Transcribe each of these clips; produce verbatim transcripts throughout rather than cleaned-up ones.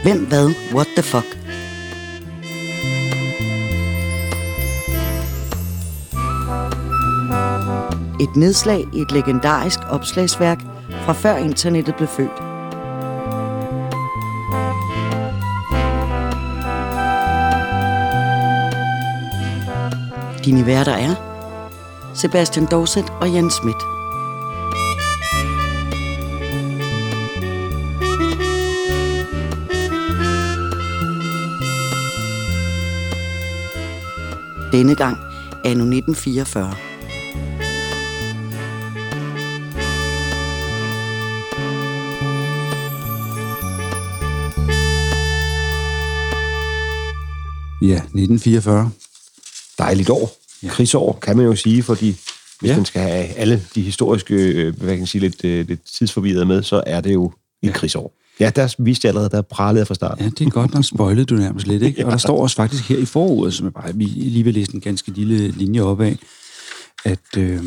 Hvem, hvad, what the fuck? Et nedslag i et legendarisk opslagsværk fra før internettet blev født. Dine værter er Sebastian Dorset og Jens Schmidt. Denne gang anno nitten fireogfyrre. Ja, nitten fireogfyrre. Dejligt år. Ja. Krigsår, kan man jo sige, fordi hvis ja. man skal have alle de historiske, hvad kan jeg sige, lidt, lidt tidsforvirrede med, så er det jo et ja. krigsår. Ja, der viste jeg allerede, der pralede fra starten. Ja, det er godt nok spoilede du nærmest lidt, ikke? Ja. Og der står også faktisk her i forordet, som jeg bare vi lige vil læse en ganske lille linje op af, at øh,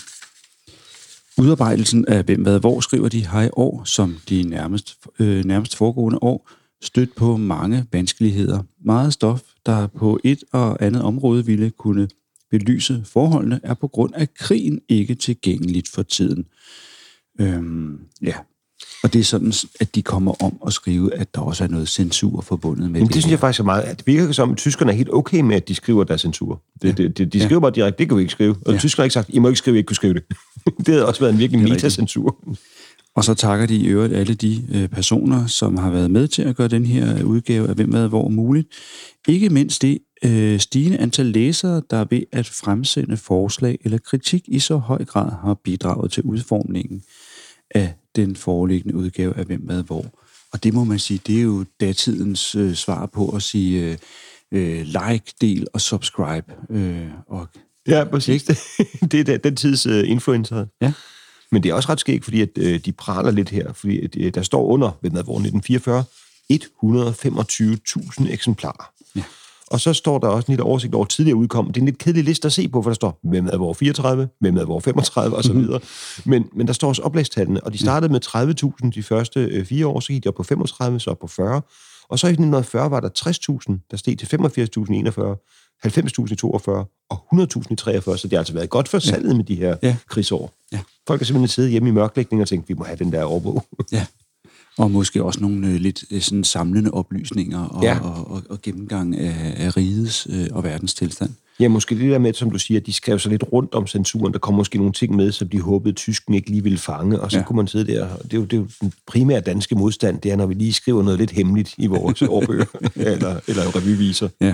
udarbejdelsen af hvem, hvad, hvor skriver de har i år, som de nærmest, øh, nærmest foregående år, stødt på mange vanskeligheder. Meget stof, der på et og andet område ville kunne belyse forholdene, er på grund af krigen ikke tilgængeligt for tiden. Øhm, ja, og det er sådan, at de kommer om at skrive, at der også er noget censur forbundet med Men det. det synes jeg faktisk er meget, at det virker som, at tyskerne er helt okay med, at de skriver, at der er censur. Det, ja. det, de, de skriver ja. bare direkte, det kan vi ikke skrive. Og ja. tyskerne har ikke sagt, I må ikke skrive, I ikke kunne skrive det. Det har også været en virkelig metacensur. Og så takker de i øvrigt alle de øh, personer, som har været med til at gøre den her udgave af Hvem, hvad, hvor muligt. Ikke mindst det øh, stigende antal læsere, der ved at fremsende forslag eller kritik i så høj grad har bidraget til udformningen af den foreliggende udgave af Hvem, hvad, hvor. Og det må man sige, det er jo datidens øh, svar på at sige øh, like, del og subscribe. Øh, og, ja, præcis. Det, det er den tids øh, influencer. Ja. Men det er også ret skægt, fordi at, øh, de praler lidt her, fordi at, øh, der står under, ved den hvor nitten fireogfyrre, et hundrede og femogtyve tusind eksemplarer. Ja. Og så står der også en lille oversigt over tidligere udkom. Det er en lidt kedelig liste at se på, for der står, hvem er hvor fireogtredive, hvem er hvor femogtredive, og så videre. Men, men der står også oplægstallene, og de startede med tredive tusind de første øh, fire år, så gik de op på femogtredive, så op på fyrre. Og så i nitten fyrre var der tres tusind, der steg til femogfirs tusind i enogfyrre, halvfems tusind i toogfyrre og hundrede tusind i treogfyrre, så det har altså været godt for salget ja. med de her ja. krigsår. Ja. Folk har simpelthen siddet hjemme i mørklægning og tænkt, vi må have den der overbog. Ja, og måske også nogle øh, lidt øh, sådan samlende oplysninger og, ja. og, og, og gennemgang af, af rigets øh, og verdens tilstand. Ja, måske det der med, som du siger, de skrev så lidt rundt om censuren. Der kom måske nogle ting med, som de håbede, at tysken ikke lige ville fange, og så ja. kunne man sidde der. Det er, jo, det er jo den primære danske modstand, det er, når vi lige skriver noget lidt hemmeligt i vores årbøger, eller, eller revyviser. Ja.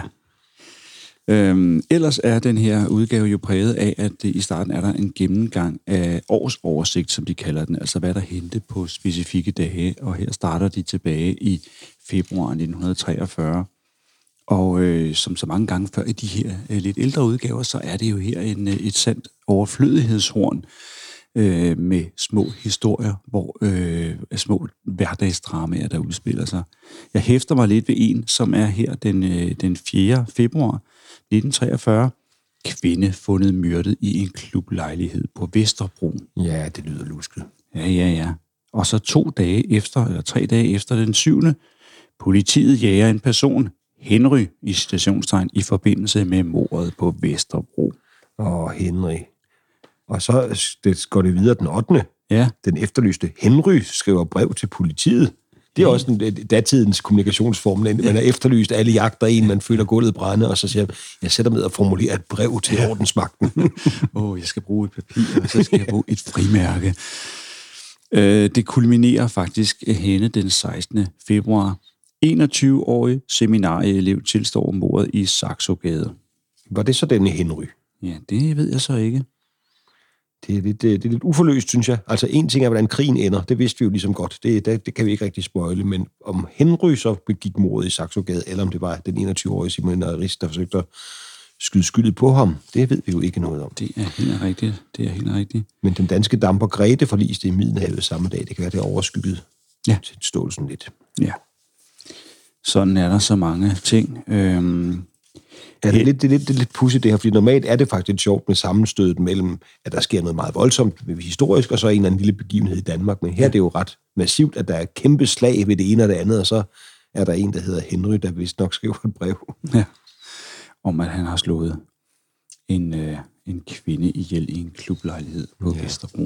Øhm, ellers er den her udgave jo præget af, at det, i starten er der en gennemgang af årsoversigt, som de kalder den, altså hvad der hente på specifikke dage, og her starter de tilbage i februar nitten treogfyrre. Og øh, som så mange gange før i de her øh, lidt ældre udgaver, så er det jo her en, øh, et sandt overflødighedshorn øh, med små historier, hvor øh, små hverdagsdramaer, der udspiller sig. Jeg hæfter mig lidt ved en, som er her den, øh, den fjerde februar nitten treogfyrre. Kvinde fundet myrdet i en klublejlighed på Vesterbro. Ja, det lyder lusket. Ja, ja, ja. Og så to dage efter, eller tre dage efter den syvende, politiet jager en person, Henry, i stationstegn, i forbindelse med mordet på Vesterbro. Åh, Henry. Og så det går det videre den ottende. Ja. Den efterlyste Henry skriver brev til politiet. Det er også en datidens kommunikationsform. Man er efterlyst, alle jagter en, man føler gulvet brænde, og så siger jeg, jeg sætter med at formulere et brev til ja. ordensmagten. Åh, oh, jeg skal bruge et papir, og så skal jeg bruge et frimærke. Øh, det kulminerer faktisk henne den sekstende februar. enogtyve-årig seminarieelev tilstår mordet i Saxogade. Var det så denne Henry? Ja, det ved jeg så ikke. Det er lidt, det er lidt uforløst, synes jeg. Altså, en ting er, hvordan krigen ender. Det vidste vi jo ligesom godt. Det, det, det kan vi ikke rigtig spoile. Men om Henry så begik mordet i Saxogade, eller om det var den enogtyve-årige seminarist, der forsøgte at skyde skyldet på ham, det ved vi jo ikke noget om. Det er helt rigtigt. Det er helt rigtigt. Men den danske damper Grete forliste i Middelhavet samme dag. Det kan være, det overskygget ja. til Stålsen lidt. Ja. Sådan er der så mange ting. Øhm Ja, det er lidt, det er lidt, det er lidt pudsigt det her, fordi normalt er det faktisk sjovt med sammenstødet mellem, at der sker noget meget voldsomt historisk, og så en eller anden lille begivenhed i Danmark. Men her ja. er det jo ret massivt, at der er kæmpe slag ved det ene og det andet, og så er der en, der hedder Henry, der vist nok skriver et brev. Ja, om at han har slået en, øh, en kvinde ihjel i en klublejlighed på ja. Vesterbro.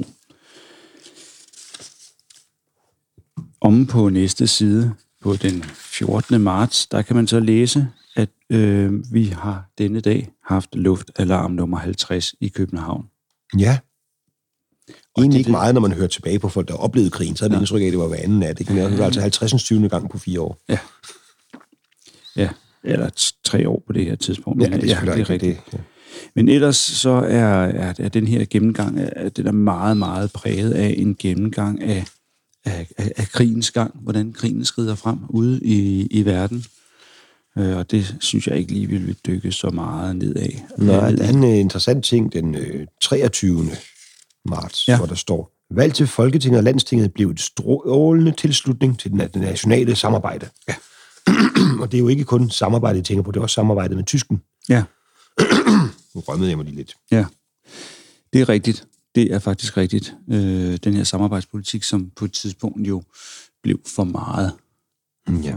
Om på næste side, på den fjortende marts, der kan man så læse, at øh, vi har denne dag haft luftalarm nummer halvtreds i København. Ja. Egentlig ikke meget, når man hører tilbage på folk, der oplevede krigen, så er det ja. indtryk af, at det var hver anden nat. Det var altså halvtreds tyvende gang på fire år. Ja. Ja, eller t- tre år på det her tidspunkt. Ja, det er, ja, det er rigtigt. Det. Ja. Men ellers så er, er, er den her gennemgang, er, den er meget, meget præget af en gennemgang af, af, af, af krigens gang, hvordan krigen skrider frem ude i, i verden. Øh, og det synes jeg ikke lige, vi vil dykke så meget ned af. Nej, der er en interessant ting den øh, treogtyvende marts, ja. hvor der står, valg til Folketinget og Landstinget blev et strålende tilslutning til det nationale samarbejde. Ja. Og det er jo ikke kun samarbejde, jeg tænker på, det er også samarbejde med tysken. Ja. Nu rømmede jeg mig lige lidt. Ja, det er rigtigt. Det er faktisk rigtigt. Øh, den her samarbejdspolitik, som på et tidspunkt jo blev for meget. Ja.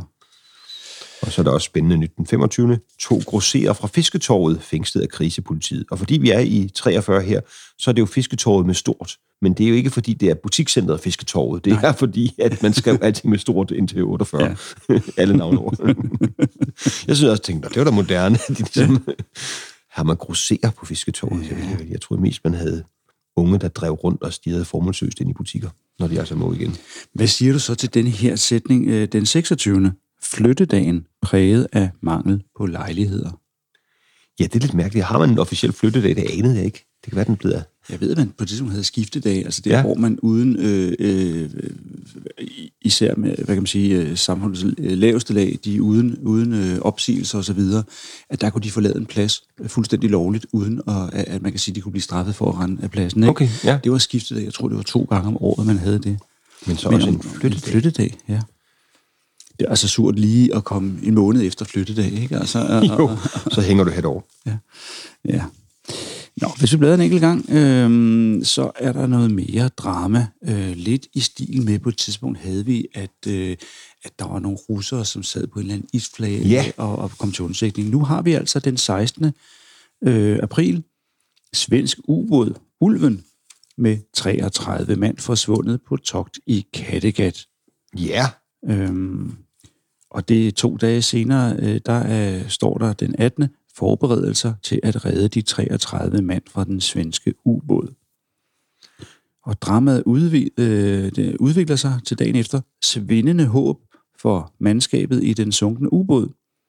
Og så er der også spændende nyt den femogtyvende To grosserer fra Fisketorvet fængslet af krisepolitiet. Og fordi vi er i treogfyrre her, så er det jo Fisketorvet med stort. Men det er jo ikke, fordi det er butikscenteret Fisketorvet. Det Nej. er fordi, at man skrev alting med stort indtil otteogfyrre. Ja. Alle navnord. Jeg synes også, tænkte, det var da moderne. De ligesom, ja. Har man grosserer på Fisketorvet? Ja. Jeg, jeg troede mest, man havde unge, der drev rundt og stirrede formålsløst ind i butikker, når de altså må igen. Hvad siger du så til den her sætning, den seksogtyvende Flyttedagen præget af mangel på lejligheder? Ja, det er lidt mærkeligt. Har man en officiel flyttedag? Det anede jeg ikke. Det kan være, den bliver... Jeg ved, at man på det tidspunkt havde skiftedag. Altså det, ja. hvor man uden, øh, øh, især med, hvad kan man sige, samfundets laveste lag, de uden, uden øh, opsigelser og så videre, at der kunne de forlade en plads fuldstændig lovligt, uden at, at man kan sige, at de kunne blive straffet for at rende af pladsen. Ikke? Okay, ja. Det var skiftedag. Jeg tror, det var to gange om året, man havde det. Men så Men også en flyttedag. En flyttedag, ja. Det er altså surt lige at komme en måned efter flyttedag, ikke? Altså, og, jo, så hænger du herover. Ja, ja. Nå, hvis vi bladrer en enkelt gang, øh, så er der noget mere drama. Øh, lidt i stil med, på et tidspunkt havde vi, at, øh, at der var nogle russere, som sad på en eller anden isflage ja. og, og kom til undsætning. Nu har vi altså den sekstende april, svensk ubåd, Ulven, med treogtredive mand forsvundet på togt i Kattegat. Ja. Øhm, og det er to dage senere, øh, der er, står der den attende forberedelser til at redde de treogtredive mand fra den svenske ubåd. Og dramaet udvi- øh, det udvikler sig til dagen efter svindende håb for mandskabet i den sunkne ubåd.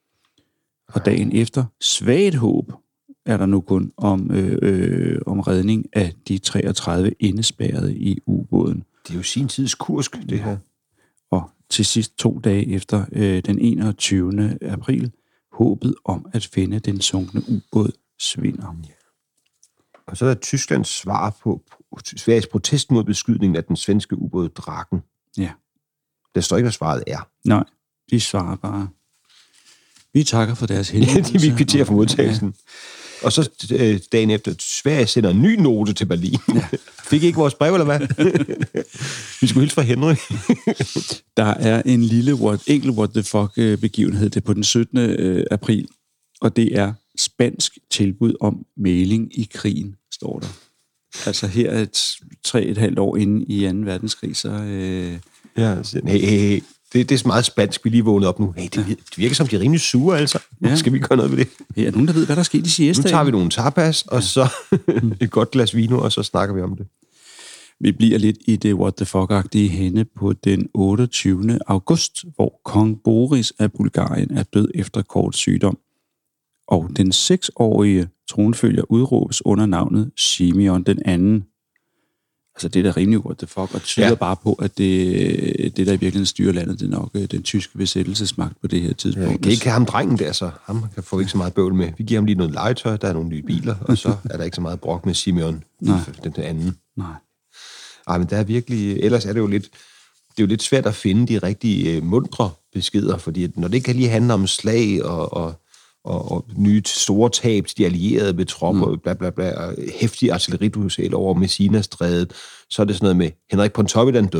Og dagen efter svagt håb er der nu kun om, øh, øh, om redning af de treogtredive indespærrede i ubåden. Det er jo sin tids kursk, det her. Og til sidst to dage efter øh, den enogtyvende april, håbet om at finde den sunkne ubåd svinder. Ja. Og så er der Tysklands svar på Sveriges protest mod beskydningen af den svenske ubåd Draken. Ja. Der står ikke, hvad svaret er. Nej, de svarer bare. Vi takker for deres henvendelse. Ja, de vil kvittere for modtagelsen. Ja. Og så øh, dagen efter, Sverige sender en ny note til Berlin. Ja. Fik I ikke vores brev, eller hvad? Vi skulle hilse fra Henry. Der er en lille what, enkelt what the fuck begivenhed det på den syttende april, og det er spansk tilbud om mægling i krigen, står der. Altså her et tre et halvt år inde i anden verdenskrig, så... Øh... Ja, hey, hey, hey. Det, det er så meget spansk, vi lige vågnede op nu. Hey, det, det virker som, de er rimelig sure, altså. Ja. Skal vi gøre noget ved det? Ja, nogen, der ved, hvad der skete i siesta. Nu tager vi nogle tapas, og så et godt glas vino, og så snakker vi om det. Vi bliver lidt i det what the fuck-agtige henne på den otteogtyvende august, hvor kong Boris af Bulgarien er død efter kort sygdom. Og den seksårige tronfølger udråbes under navnet Simeon den anden. Altså det der rimelig what the fuck, og tyder ja. bare på, at det, det der i virkeligheden styrer landet, det er nok den tyske besættelsesmagt på det her tidspunkt. Ja, det er ikke ham drengen der, så ham kan få ikke så meget bøvl med. Vi giver ham lige noget legetøj, der er nogle nye biler, og så er der ikke så meget brok med Simeon, Nej. den anden. Nej. Ej, men der er virkelig, ellers er det jo lidt, det er jo lidt svært at finde de rigtige uh, mundre beskeder, fordi når det ikke kan lige handle om slag og, og, og, og nye store tab til de allierede med tropper, mm. bla bla bla, og hæftige artilleriduel over Messina-strædet, så er det sådan noget med Henrik Pontoppidan død.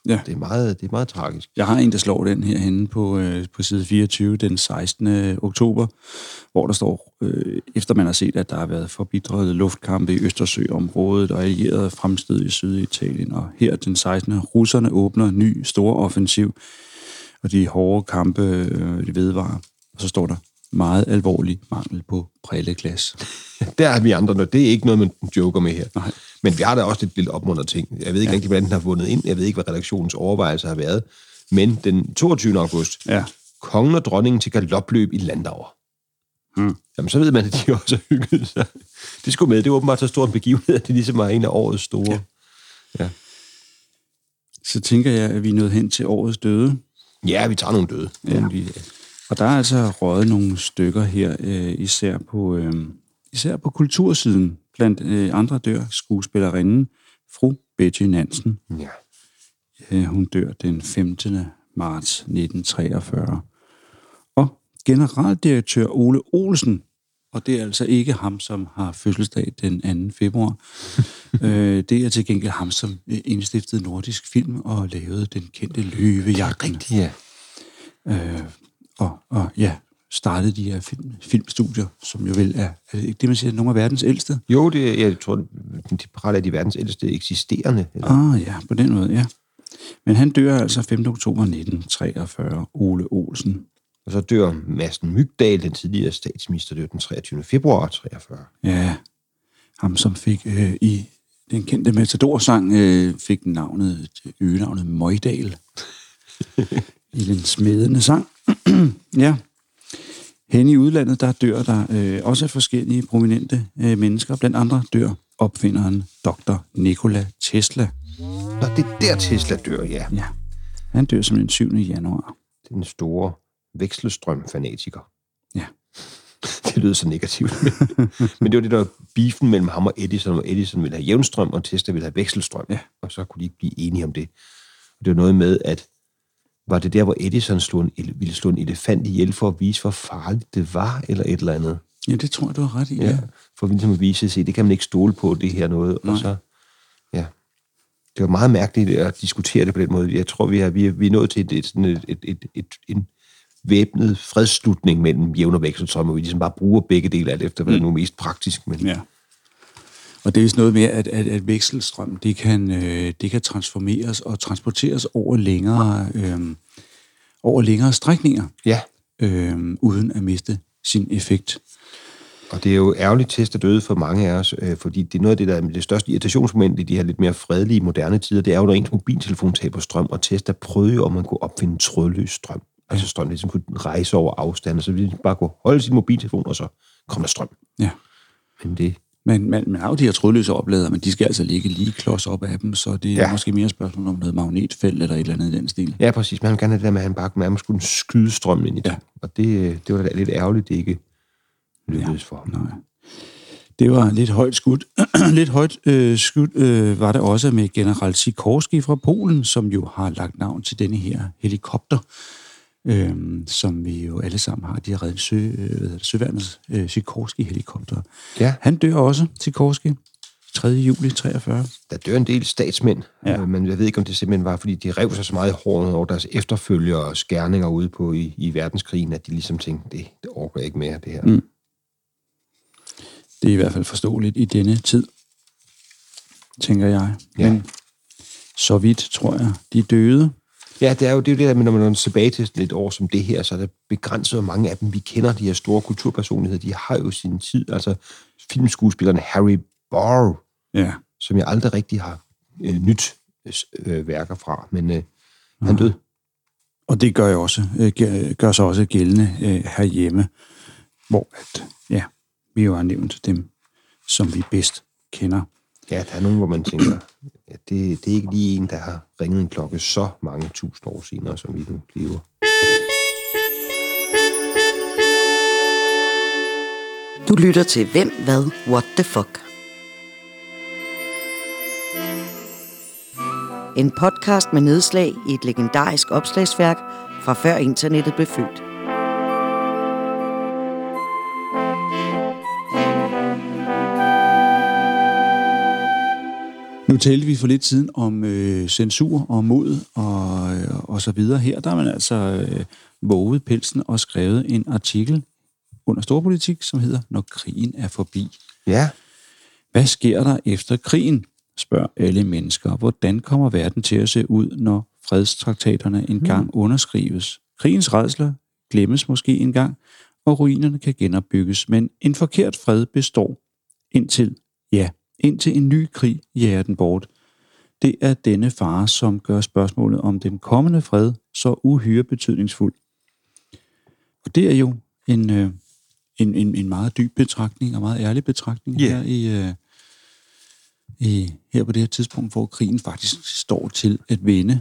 Ja. Det er meget, det er meget tragisk. Jeg har en, der slår den her henne på, øh, på side fireogtyve den sekstende oktober, hvor der står, øh, efter man har set, at der har været forbitret luftkampe i Østersøområdet og allierede fremstød i Syditalien, og her den sekstende russerne åbner ny stor offensiv, og de hårde kampe øh, de vedvarer. Og så står der, meget alvorlig mangel på brilleglas. Der er vi andre, når det er ikke noget, man joker med her. Nej. Men vi har da også lidt lille opmuntret ting. Jeg ved ikke ja. rigtig, hvordan den har vundet ind. Jeg ved ikke, hvad redaktionens overvejelser har været. Men den toogtyvende august, ja. kongen og dronningen til galopløb i Landauer. Hmm. Jamen, så ved man, at de også har hygget sig. Det skulle med. Det var åbenbart så stor en begivenhed, at det ligesom var en af årets store. Ja. Ja. Så tænker jeg, at vi er nået hen til årets døde. Ja, vi tager nogle døde. Ja. Nogle, og der er altså røget nogle stykker her, øh, især, på, øh, især på kultursiden. Blandt øh, andre dør skuespillerinden fru Betty Nansen. Ja. Øh, hun dør den femtende marts nitten treogfyrre. Og generaldirektør Ole Olsen, og det er altså ikke ham, som har fødselsdag den anden februar. øh, det er til gengæld ham, som indstiftede Nordisk Film og lavede den kendte Løvejagten. Rigtigt, ja. Øh, og, og ja, startede de her film, filmstudier, som jo vel er, er det ikke det, man siger, nogle af verdens ældste? Jo, det, jeg tror, de parallelt er de verdens ældste eksisterende. Eller? Ah ja, på den måde, ja. Men han dør altså femte oktober nitten treogfyrre, Ole Olsen. Og så dør Madsen Mygdal, den tidligere statsminister, dør den treogtyvende februar treogfyrre. Ja, ham som fik øh, i den kendte Matador-sang, øh, fik navnet, øgenavnet Møjdal. I den smedende sang. Ja. Hen i udlandet, der dør der øh, også forskellige prominente øh, mennesker. Blandt andre dør opfinderen doktor Nikola Tesla. Nå, det er der Tesla dør, ja. Ja, han dør som den syvende januar. Det er den store vekselstrøm-fanatiker. Ja. Det lyder så negativt. Men det var det, der var beefen mellem ham og Edison, og Edison ville have jævnstrøm, og Tesla ville have vekselstrøm. Ja. Og så kunne de ikke blive enige om det. Og det var noget med, at var det der, hvor Edison slog en, ville slå en elefant ihjel for at vise, hvor farligt det var, eller et eller andet? Ja, det tror jeg, du har ret i. Ja, ja. For ligesom at vise, at det kan man ikke stole på, det her noget. Nej. Og så, ja. Det var meget mærkeligt at diskutere det på den måde. Jeg tror, vi er, vi er, vi er nået til et, et, sådan et, et, et, et, en væbnet fredsslutning mellem jævn og vekselstrøm, og vi ligesom bare bruger begge dele alt efter, hvad mm. der nu er mest praktisk. Men... Ja. Og det er sådan noget med, at, at, at vekselstrøm, det kan, øh, det kan transformeres og transporteres over længere, øh, over længere strækninger, ja. øh, uden at miste sin effekt. Og det er jo ærgerligt test, at døde for mange af os, øh, fordi det er noget af det, der er det største irritationsmoment i de her lidt mere fredelige, moderne tider, det er jo, når ens mobiltelefon taber strøm, og Tesla prøvede jo, om man kunne opfinde trådløs strøm. Ja. Altså strøm, ligesom kunne rejse over afstand, og så ville bare kunne holde sin mobiltelefon, og så kommer der strøm. Ja. Men det... Men man, man har jo de her trådløse opladere, men de skal altså ligge lige klods op af dem, så det er ja. måske mere spørgsmål om noget magnetfelt eller et eller andet i den stil. Ja, præcis. Man vil gerne have det der med, at han bare man skulle skyde strøm ind i det. Ja. Og det, det var da lidt ærgerligt, det ikke lykkedes ja. for ham. Nej. Det var lidt højt skudt. lidt højt øh, skudt øh, var det også med general Sikorski fra Polen, som jo har lagt navn til denne her helikopter, øh, som vi jo alle sammen har. De har reddet sø, øh, søværnets øh, Sikorski-helikopter. Ja. Han dør også, Sikorski, tredje juli treogfyrre. Der dør en del statsmænd, ja. øh, men jeg ved ikke, om det simpelthen var, fordi de rev sig så meget i håret over deres efterfølgere og skærninger ude på i, i verdenskrigen, at de ligesom tænkte, det, det orker jeg ikke mere, det her. Mm. Det er i hvert fald forståeligt i denne tid, tænker jeg. Ja. Men så vidt, tror jeg, de døde. Ja, det er jo det, er jo det der, når man er tilbage til et år som det her, så er der begrænset, hvor mange af dem vi kender, de her store kulturpersonligheder, de har jo sin tid. Altså filmskuespillerne Harry Barr, ja. som jeg aldrig rigtig har øh, nyt øh, værker fra, men øh, han døde. Og det gør, jeg også, øh, gør så også gældende øh, herhjemme, hvor at, ja, vi jo har nævnt dem, som vi bedst kender. Ja, der er nogen, hvor man tænker, at det, det er ikke lige en, der har ringet en klokke så mange tusind år senere, som vi nu lever. Du lytter til Hvem, Hvad, What the Fuck? En podcast med nedslag i et legendarisk opslagsværk fra før internettet blev født. Nu talte vi for lidt siden om øh, censur og mod og, og så videre. Her der har man altså øh, våget pelsen og skrevet en artikel under Storpolitik, som hedder Når krigen er forbi. Ja. Hvad sker der efter krigen, spørger alle mennesker. Hvordan kommer verden til at se ud, når fredstraktaterne engang hmm. underskrives? Krigens rædsler glemmes måske engang, og ruinerne kan genopbygges, men en forkert fred består indtil, ja, indtil en ny krig jager den bort. Det er denne fare, som gør spørgsmålet om den kommende fred så uhyre betydningsfuld. Og det er jo en, øh, en, en, en meget dyb betragtning og meget ærlig betragtning yeah. her, i, øh, i, her på det her tidspunkt, hvor krigen faktisk står til at vinde.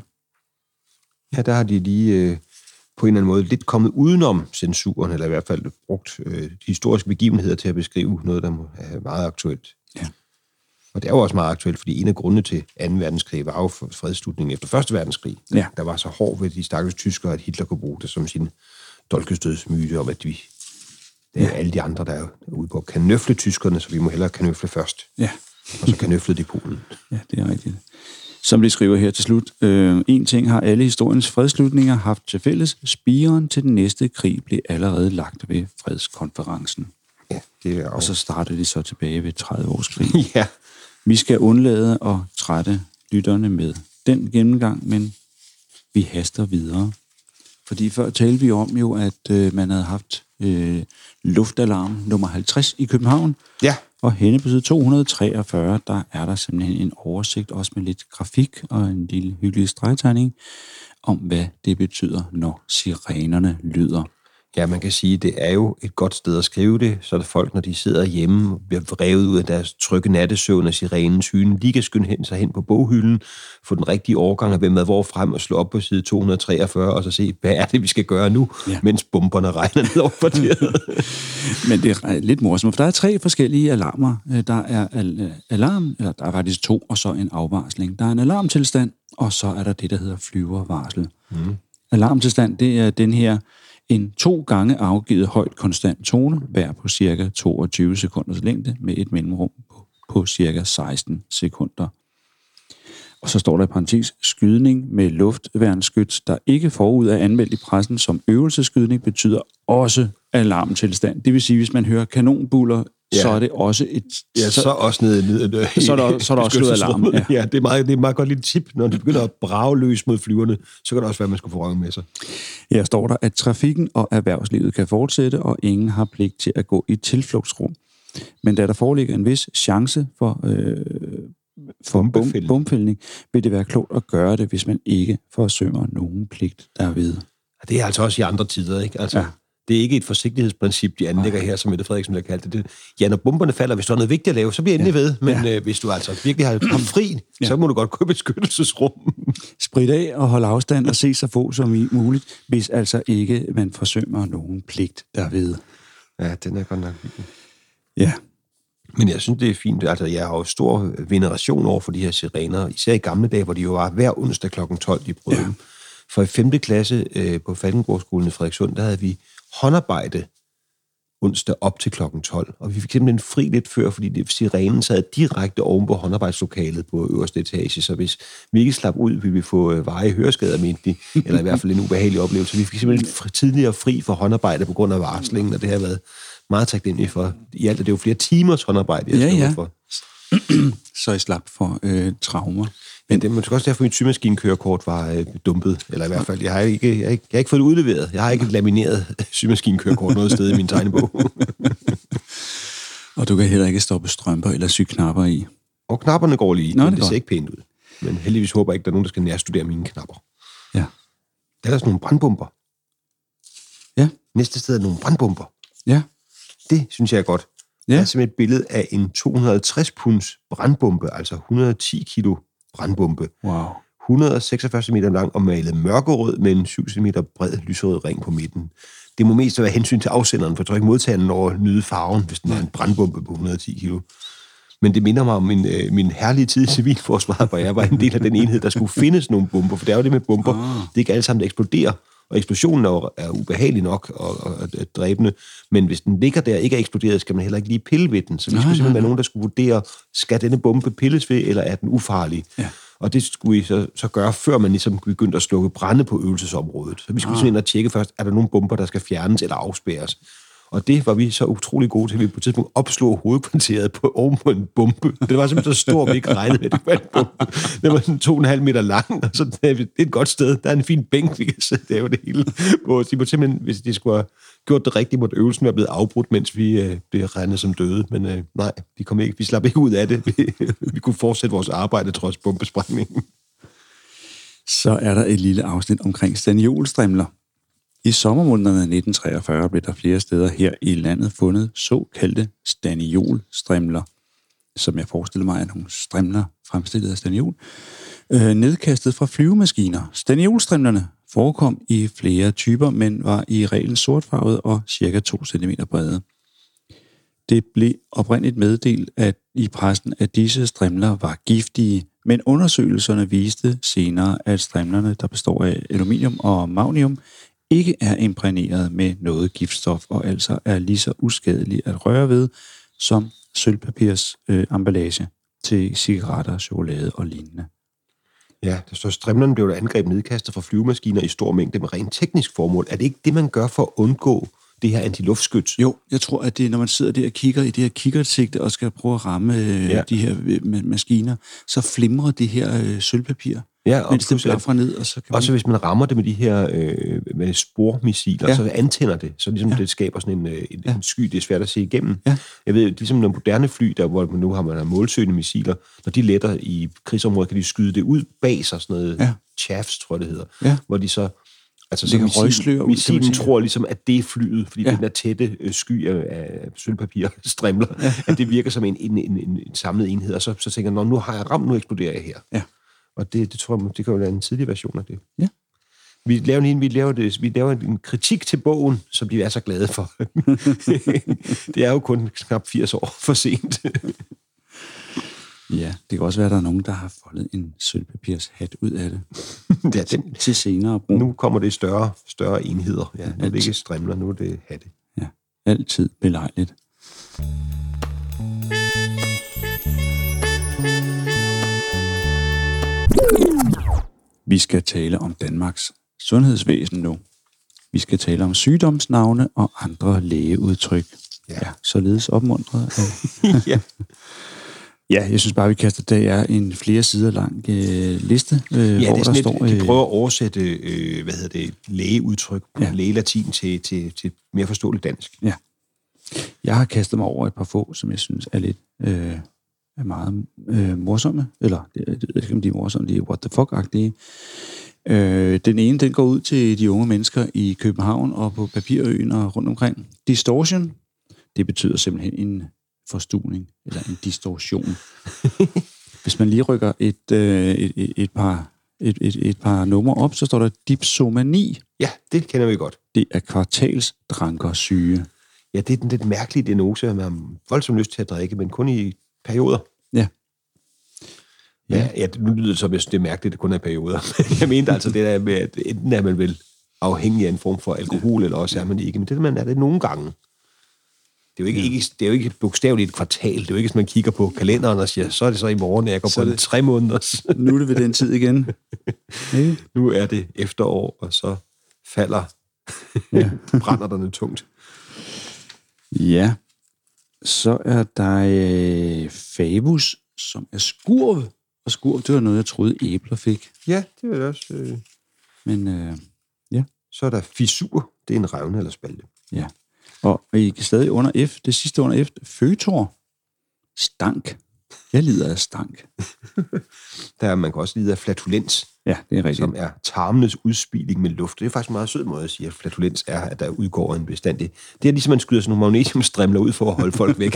Ja, der har de lige øh, på en eller anden måde lidt kommet udenom censuren, eller i hvert fald brugt øh, de historiske begivenheder til at beskrive noget, der er meget aktuelt. Ja. Og det er jo også meget aktuelt, fordi en af grundene til anden verdenskrig var jo fredsslutningen efter første verdenskrig. Ja. Der var så hård ved de stakkels tyskere, at Hitler kunne bruge det som sin dolkestødsmyte om, at vi, det er ja. alle de andre, der er ude på at kanøfle tyskerne, så vi må hellere kanøfle først. Ja. Og så kanøfle de Polen. Ja, det er rigtigt. Som de skriver her til slut, øh, en ting har alle historiens fredsslutninger haft til fælles. Spiren til den næste krig blev allerede lagt ved fredskonferencen. Ja, det er jo... Og så startede de så tilbage ved tredive års krig. Ja. Vi skal undlade at trætte lytterne med den gennemgang, men vi haster videre. Fordi før talte vi om jo, at øh, man havde haft øh, luftalarm nummer halvtreds i København. Ja. Og henne på side to hundrede treogfyrre, der er der simpelthen en oversigt, også med lidt grafik og en lille hyggelig stregtegning, om hvad det betyder, når sirenerne lyder. Ja, man kan sige, det er jo et godt sted at skrive det, så er folk, når de sidder hjemme, bliver revet ud af deres trygge nattesøvn af sirenens hyne, lige kan skynde hen sig hen på boghylden, få den rigtige årgang af hvem med hvor frem og slå op på side to hundrede treogfyrre, og så se, hvad er det, vi skal gøre nu, ja. mens bomberne regner ned over kvarteret. Men det er lidt morsomt, for der er tre forskellige alarmer. Der er al- alarm, eller der er faktisk to, og så en afvarsling. Der er en alarmtilstand, og så er der det, der hedder flyvervarsel. Mm. Alarmtilstand, det er den her en to gange afgivet højt konstant tone, hver på cirka toogtyve sekunders længde, med et mellemrum på, på cirka seksten sekunder. Og så står der i parentes, skydning med luftværnsskyts, der ikke forud er anmeldt i pressen som øvelseskydning, betyder også alarmtilstand. Det vil sige, hvis man hører kanonbuller, ja. så er det også et... Ja, så, så også ned, ned, ned så er der, så er der også slået alarm. Ja, ja det, er meget, det er et meget godt lille tip. Når de begynder at brage løs mod flyverne, så kan det også være, at man skal få røven med sig. Her står der, at trafikken og erhvervslivet kan fortsætte, og ingen har pligt til at gå i tilflugtsrum. Men da der foreligger en vis chance for, øh, for bum, bumfældning, vil det være klogt at gøre det, hvis man ikke forsømmer nogen pligt derved. Det er altså også i andre tider, ikke? Altså... Ja. Det er ikke et forsigtighedsprincip, de anlægger her, som Mette Frederiksen har kaldt det. Ja, når bomberne falder, hvis du har noget vigtigt at lave, så bliver endelig ja. ved. Men ja. øh, hvis du altså virkelig har haft fri, ja. så må du godt købe et beskyttelsesrum. Sprit af og holde afstand og se så få som muligt, hvis altså ikke man forsømmer nogen pligt derved. Ja, den er godt nok. Ja. Men jeg synes, det er fint. Altså, jeg har jo stor veneration over for de her sirener, især i gamle dage, hvor de jo var hver onsdag klokken tolv, de brød ja. For i femte klasse øh, på Falkenborgskolen i Frederikssund, der havde vi håndarbejde onsdag op til klokken tolv. Og vi fik simpelthen fri lidt før, fordi det, sirenen sad direkte oven på håndarbejdslokalet på øverste etage, så hvis vi ikke slap ud, ville vi få øh, varige høreskader, mente de, eller i hvert fald en ubehagelig oplevelse. Vi fik simpelthen fri, tidligere fri for håndarbejde på grund af varslingen, og det har været meget taknemmelig for. I alt er det jo flere timers håndarbejde, jeg ja, ja. for. Så I slap for øh, traumer. Men det er måske også derfor, mit symaskinkørekort var øh, dumpet. Eller i hvert fald, jeg har ikke, jeg har ikke, jeg har ikke fået det udleveret. Jeg har ikke et lamineret symaskinkørekort noget sted i min tegnebog. Og du kan heller ikke stoppe strømper eller sy knapper i. Og knapperne går lige i, Nå, men det, det ser ikke pænt ud. Men heldigvis håber jeg ikke, der er nogen, der skal nærstudere mine knapper. Ja. Der er der sådan nogle brandbomber. Ja. Næste sted er nogle brandbomber. Ja. Det synes jeg er godt. Ja. Der er simpelthen et billede af en to hundrede og halvtreds punds brandbombe, altså et hundrede og ti kilo brandbombe. Wow. et hundrede og seksogfyrre centimeter lang og malet mørkerød med en syv centimeter bred lyserød ring på midten. Det må mest være hensyn til afsenderen, for jeg tror ikke modtageren over nyde farven, hvis den er en brandbombe på et hundrede og ti kilo. Men det minder mig om min, øh, min herlige tid i civilforsvaret, hvor jeg var en del af den enhed, der skulle findes nogle bomber, for det er jo det med bomber. Ah. Det er ikke alle sammen, der eksploderer. Og eksplosionen er, jo, er ubehagelig nok og, og, og dræbende, men hvis den ligger der og ikke er eksploderet, skal man heller ikke lige pille ved den. Så vi nej, skulle simpelthen nej, nej. være nogen, der skulle vurdere, skal denne bombe pilles ved, eller er den ufarlig? Ja. Og det skulle vi så, så gøre, før man ligesom begyndte at slukke brænde på øvelsesområdet. Så vi skulle ah. sådan ind og tjekke først, er der nogle bomber, der skal fjernes eller afspærres? Og det var vi så utrolig gode til, at vi på et tidspunkt opslog hovedkvarteret på, oven på en bombe. Det var simpelthen så stor, at vi ikke regnede med, det var en bombe. Det var sådan to og en halv meter lang, og så det er et godt sted. Der er en fin bænk, vi kan sidde der det hele. Hvor de må simpelthen, hvis de skulle have gjort det rigtigt, måtte øvelsen være blevet afbrudt, mens vi øh, blev regnet som døde. Men øh, nej, vi, kom ikke, vi slap ikke ud af det. Vi, vi kunne fortsætte vores arbejde trods bombesprængningen. Så er der et lille afsnit omkring staniolstrimler. I sommermånederne nitten treogfyrre blev der flere steder her i landet fundet såkaldte staniolstrimler, som jeg forestiller mig er nogle strimler fremstillet af staniol, øh, nedkastet fra flyvemaskiner. Staniolstrimlerne forekom i flere typer, men var i reglen sortfarvet og cirka to centimeter brede. Det blev oprindeligt meddelt at i pressen, at disse strimler var giftige, men undersøgelserne viste senere, at strimlerne, der består af aluminium og magnium, ikke er imprægneret med noget giftstof, og altså er lige så uskadelige at røre ved, som sølvpapirs øh, emballage til cigaretter, chokolade og lignende. Ja, der står, strimlerne blev der angreb nedkastet fra flyvemaskiner i stor mængde med rent teknisk formål. Er det ikke det, man gør for at undgå det her antiluftskyts? Jo, jeg tror, at det, når man sidder der og kigger i det her kikkertsigte og skal prøve at ramme øh, ja. de her øh, maskiner, så flimrer det her øh, sølvpapir. Ja, og mens det blafrer ned, og så kan man... Også hvis man rammer det med de her øh, med spormissiler, ja. så antænder det, så ligesom ja. det skaber sådan en, en, ja. en sky, det er svært at se igennem. Ja. Jeg ved, ligesom nogle moderne fly, der, hvor man nu har man målsøgende missiler, når de letter i krigsområdet, kan de skyde det ud bag sig, sådan noget ja. chaffs, tror jeg det hedder, ja. hvor de så... Altså, så missil, missilen tror ligesom, at det er flyet, fordi ja. den der tætte øh, sky af, af sølvpapir strimler, ja. at det virker som en, en, en, en samlet enhed, og så, så tænker jeg, nu har jeg ramt, nu eksploderer jeg her. Ja. Og det, det tror jeg, det kan jo være en tidlig version af det. Ja. Vi laver en, vi laver det, vi laver en kritik til bogen, som de er så glade for. Det er jo kun knap firs år for sent. Ja, det kan også være, at der er nogen, der har foldet en sølvpapirshat ud af det. Ja, den, til senere brug. Nu kommer det i større, større enheder. Ja, nu er det ikke strimler, nu er det hatte. Ja, altid belejligt. Vi skal tale om Danmarks sundhedsvæsen nu. Vi skal tale om sygdomsnavne og andre lægeudtryk. Ja, ja således opmuntret. Ja. Ja, jeg synes bare, vi kaster det er en flere sider lang øh, liste, øh, ja, hvor det er der lidt, står... Øh, de prøver at oversætte øh, hvad hedder det, lægeudtryk, ja. lægelatin til, til, til mere forståeligt dansk. Ja. Jeg har kastet mig over et par få, som jeg synes er lidt øh, er meget øh, morsomme, eller det, det ved jeg ikke, om de er morsomme, de er what the fuck-agtige. Øh, den ene, den går ud til de unge mennesker i København og på Papirøen og rundt omkring. Distortion, det betyder simpelthen en forstuning, eller en distorsion. Hvis man lige rykker et, øh, et, et, et, par, et, et, et par numre op, så står der dipsomani. Ja, det kender vi godt. Det er kvartalsdrankersyge. Ja, det er den lidt mærkelige diagnose, at man har voldsomt lyst til at drikke, men kun i perioder. Ja. Ja, ja, ja det lyder som, det er mærkeligt, at det kun er perioder. Jeg mente altså det der med, at enten er man vel afhængig af en form for alkohol, ja. eller også er man ikke. Men det man er det nogle gange. Det er, jo ikke, ja. ikke, det er jo ikke bogstaveligt et kvartal. Det er jo ikke, hvis man kigger på kalenderen og siger, så er det så i morgen, jeg går så på det, tre måneder. Nu er det ved den tid igen. Okay. Nu er det efterår, og så falder ja. brænderne tungt. Ja. Så er der øh, Fabus, som er skurv. Og skurv, det var noget, jeg troede æbler fik. Ja, det var det også. Øh... Men øh, ja. Så er der fissur. Det er en revne eller spalte. Ja. Og I kan stadig under F, det sidste under F, føtor, stank. Jeg lider af stank. Der, man kan også lide af flatulens. Ja, det er rigtigt. Som er tarmenes udspilning med luft. Det er faktisk en meget sød måde at sige, at flatulens er, at der udgår en bestandig. Det er ligesom, man skyder sådan nogle magnesiumstrimler ud for at holde folk væk.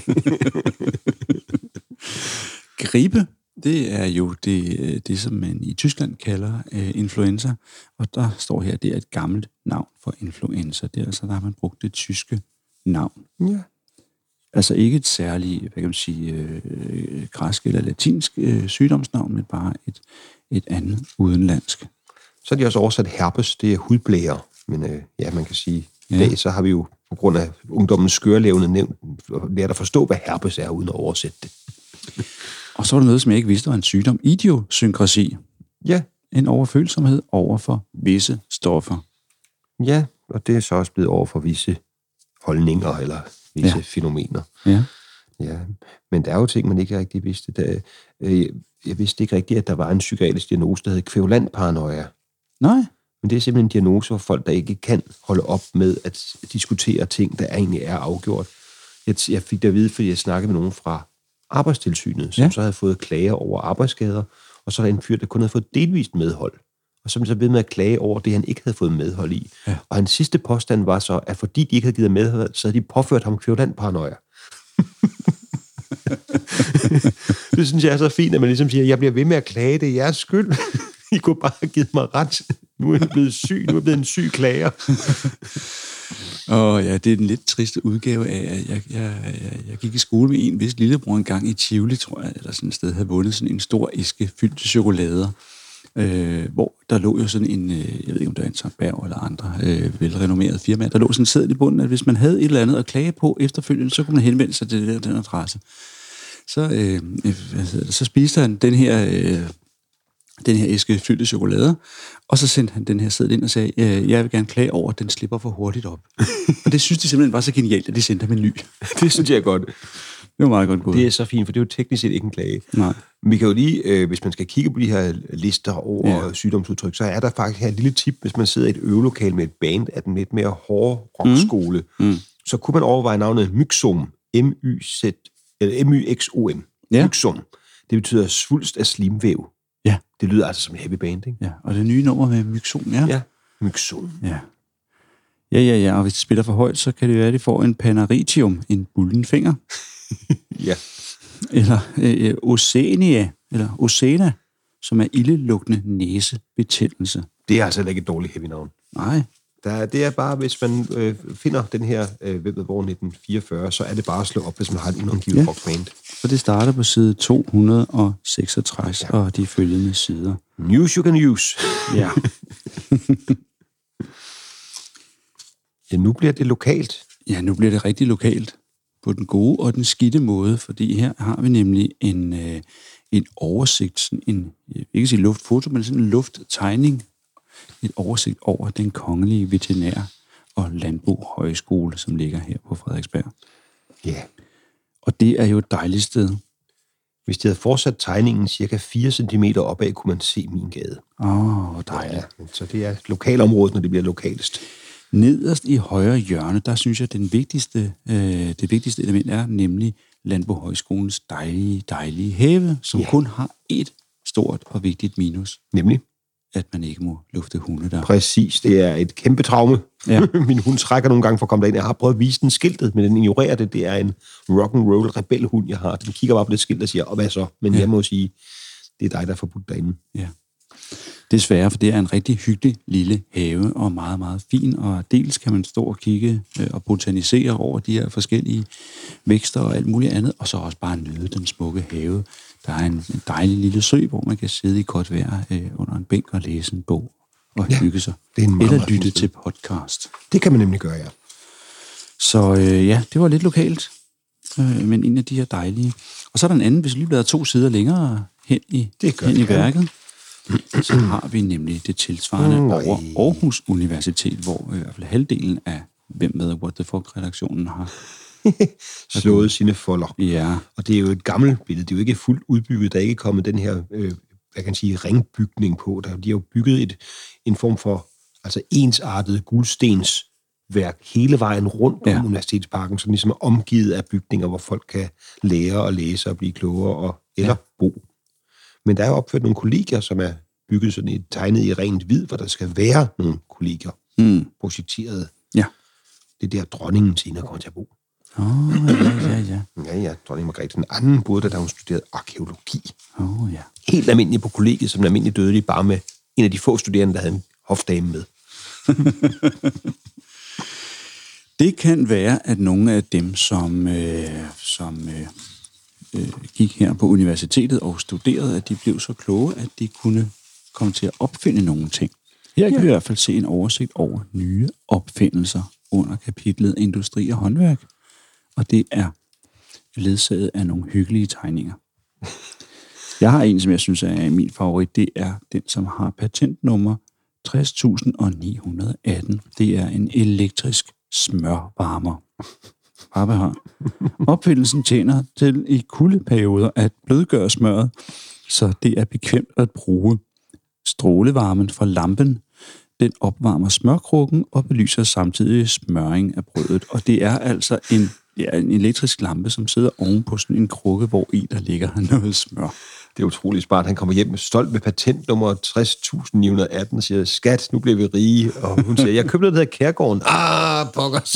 Gribe, det er jo det, det som man i Tyskland kalder uh, influenza. Og der står her, det er et gammelt navn for influenza. Det er altså, der har man brugt det tyske navn. Ja. Altså ikke et særligt, hvad kan man sige, øh, græsk eller latinsk øh, sygdomsnavn, men bare et, et andet udenlandsk. Så er de også oversat herpes, det er hudblære. Men øh, ja, man kan sige, Ja. i dag så har vi jo på grund af ungdommens skørlevende nævnt lært at forstå, hvad herpes er, uden at oversætte det. Og så var der noget, som jeg ikke vidste var en sygdom. Idiosynkrasi. Ja, En overfølsomhed over for visse stoffer. ja, og det er så også blevet over for visse holdninger eller visse Ja. ja. fænomener. Ja. Ja, men der er jo ting, man ikke rigtig vidste. Der, øh, jeg vidste ikke rigtigt, at der var en psykiatrisk diagnose, der hed kvævulantparanoia. Nej. Men det er simpelthen en diagnose for folk, der ikke kan holde op med at diskutere ting, der egentlig er afgjort. Jeg, jeg fik det at vide, fordi jeg snakkede med nogen fra Arbejdstilsynet, som Ja. ja. så havde fået klager over arbejdsskader, og så er der en fyr, der kun havde fået delvist medhold, og som så ved med at klage over det, han ikke havde fået medhold i. Ja. Og hans sidste påstand var så, at fordi de ikke havde givet medhold, så havde de påført ham kvævulantparanoia. Det synes jeg er så fint, at man ligesom siger, jeg bliver ved med at klage, det er jeres skyld. I kunne bare have givet mig ret. Nu er jeg blevet syg, nu er jeg blevet en syg klager. Og ja, det er den lidt triste udgave af, at jeg, jeg, jeg, jeg gik i skole med en, hvis lillebror engang i Tivoli, tror jeg, eller sådan et sted, havde vundet sådan en stor æske fyldt til chokolader, øh, hvor der lå jo sådan en, øh, jeg ved ikke om det var en Sankt Berg eller andre øh, velrenommerede firmaer, der lå sådan en seddel i bunden, at hvis man havde et eller andet at klage på efterfølgende, så kunne man henvende sig til det der, den adresse. Så, øh, hvad hedder det, så spiste han den her... Øh, den her æske fyldte chokolader, og så sendte han den her seddel ind og sagde, øh, jeg vil gerne klage over, at den slipper for hurtigt op. Og det synes de simpelthen var så genialt, at de sendte ham en ny. Det synes jeg er godt. Det var meget godt gået. Det er så fint, for det er jo teknisk set ikke en klage. Nej. Men vi kan jo lige, øh, hvis man skal kigge på de her lister over Ja. ja. sygdomsudtryk, så er der faktisk her et lille tip, hvis man sidder i et øvelokale med et band af den lidt mere hårde rockskole, mm. Mm. så kunne man overveje navnet myxom, M Y Z, eller M Y X O M. Ja. Myxom. Det betyder svulst af slimvæv. Ja. Det lyder altså som en heavy band, ikke? Ja, og det nye nummer med Myxom, ja. Ja, myxom. Ja. Ja, ja, ja, og hvis de spiller for højt, så kan det være, at de får en panaritium, en bullen finger. Ja. Eller øh, Oceania, eller Ocena, som er ildelugtende næsebetændelse. Det er altså heller ikke et dårligt heavy navn. Nej. Der, det er bare, hvis man øh, finder den her øh, Hvem ved hvor nitten fireogfyrre, så er det bare at slå op, hvis man har et unangivet Ja. rockband. Så det starter på side to hundrede og seksogtres, ja. Og de følgende sider. News you can use. Ja. Ja, nu bliver det lokalt. Ja, nu bliver det rigtig lokalt på den gode og den skidte måde, fordi her har vi nemlig en, øh, en oversigt, sådan en, jeg vil ikke sige luftfoto, men sådan en lufttegning, et oversigt over den kongelige veterinær- og landbrugshøjskole, som ligger her på Frederiksberg. Ja. Og det er jo et dejligt sted. Hvis de havde fortsat tegningen cirka fire centimeter opad, kunne man se min gade. Åh, oh, dejligt. Ja, så det er lokalområdet, når det bliver lokalest. Nederst i højre hjørne, der synes jeg, at den vigtigste, øh, det vigtigste element er nemlig Landbrugshøjskolens dejlige, dejlige have, som Ja. kun har et stort og vigtigt minus, Nemlig? at man ikke må lufte hunde der. Præcis, det er et kæmpe traume. Ja. Min hund trækker nogle gange for at komme derind. Jeg har prøvet at vise den skiltet, men den ignorerer det. Det er en rock'n'roll rebelhund, jeg har. Den kigger bare på det skilt og siger, og hvad så? Men Ja. jeg må sige, det er dig, der er forbudt derinde. Ja. Desværre, for det er en rigtig hyggelig lille have, og meget, meget fin, og dels kan man stå og kigge øh, og botanisere over de her forskellige vækster og alt muligt andet, og så også bare nyde den smukke have. Der er en, en dejlig lille sø, hvor man kan sidde i godt vejr øh, under en bænk og læse en bog og Ja, hygge sig. det er en meget, Eller meget lytte fin sted. til podcast. Det kan man nemlig gøre, ja. Så øh, ja, det var lidt lokalt, øh, men en af de her dejlige. Og så er der en anden, hvis vi lige bladrer to sider længere hen i, Det gør hen i vi gerne. værket, så har vi nemlig det tilsvarende Mm, over nej. Aarhus Universitet, hvor øh, i hvert fald halvdelen af Hvem med What the Fuck-redaktionen har. Slået sine folder. Ja, Og det er jo et gammelt billede. Det er jo ikke fuldt udbygget. Der er ikke kommet den her, øh, hvad kan man sige, ringbygning på. Der, de har jo bygget et, en form for altså ensartet guldstensværk hele vejen rundt Ja. om Universitetsparken, som ligesom er omgivet af bygninger, hvor folk kan lære og læse og blive klogere og, eller Ja. bo. Men der er jo opført nogle kollegier, som er bygget sådan et tegnet i rent hvid, hvor der skal være nogle kollegier mm. projekteret. ja. Det er der, dronningen senere kommer til at bo. Åh, oh, ja, ja, ja. Ja, ja, dronning Margrethe den anden boede der, da hun studerede arkeologi. Åh, oh, ja. Helt almindelig på kollegiet, som en almindelig dødelig, bare med en af de få studerende, der havde en hofdame med. Det kan være, at nogle af dem, som, øh, som øh, øh, gik her på universitetet og studerede, at de blev så kloge, at de kunne komme til at opfinde nogle ting. Her kan vi i hvert fald se en oversigt over nye opfindelser under kapitlet Industri og håndværk, og det er ledsaget af nogle hyggelige tegninger. Jeg har en, som jeg synes er min favorit. Det er den, som har patentnummer tres tusind ni hundrede og atten. Det er en elektrisk smørvarmer. Har. Opfindelsen tjener til i kuldeperioder at blødgøre smøret, så det er bekvemt at bruge. Strålevarmen fra lampen, den opvarmer smørkrukken og belyser samtidig smøring af brødet. Og det er altså en, ja, en elektrisk lampe, som sidder oven på sådan en krukke, hvor i der ligger noget smør. Det er utroligt smart. Han kommer hjem stolt med patentnummer tres tusind ni hundrede og atten og siger, skat, nu bliver vi rige. Og hun siger, jeg købte noget, der hedder Kærgården. Ah, pokkers.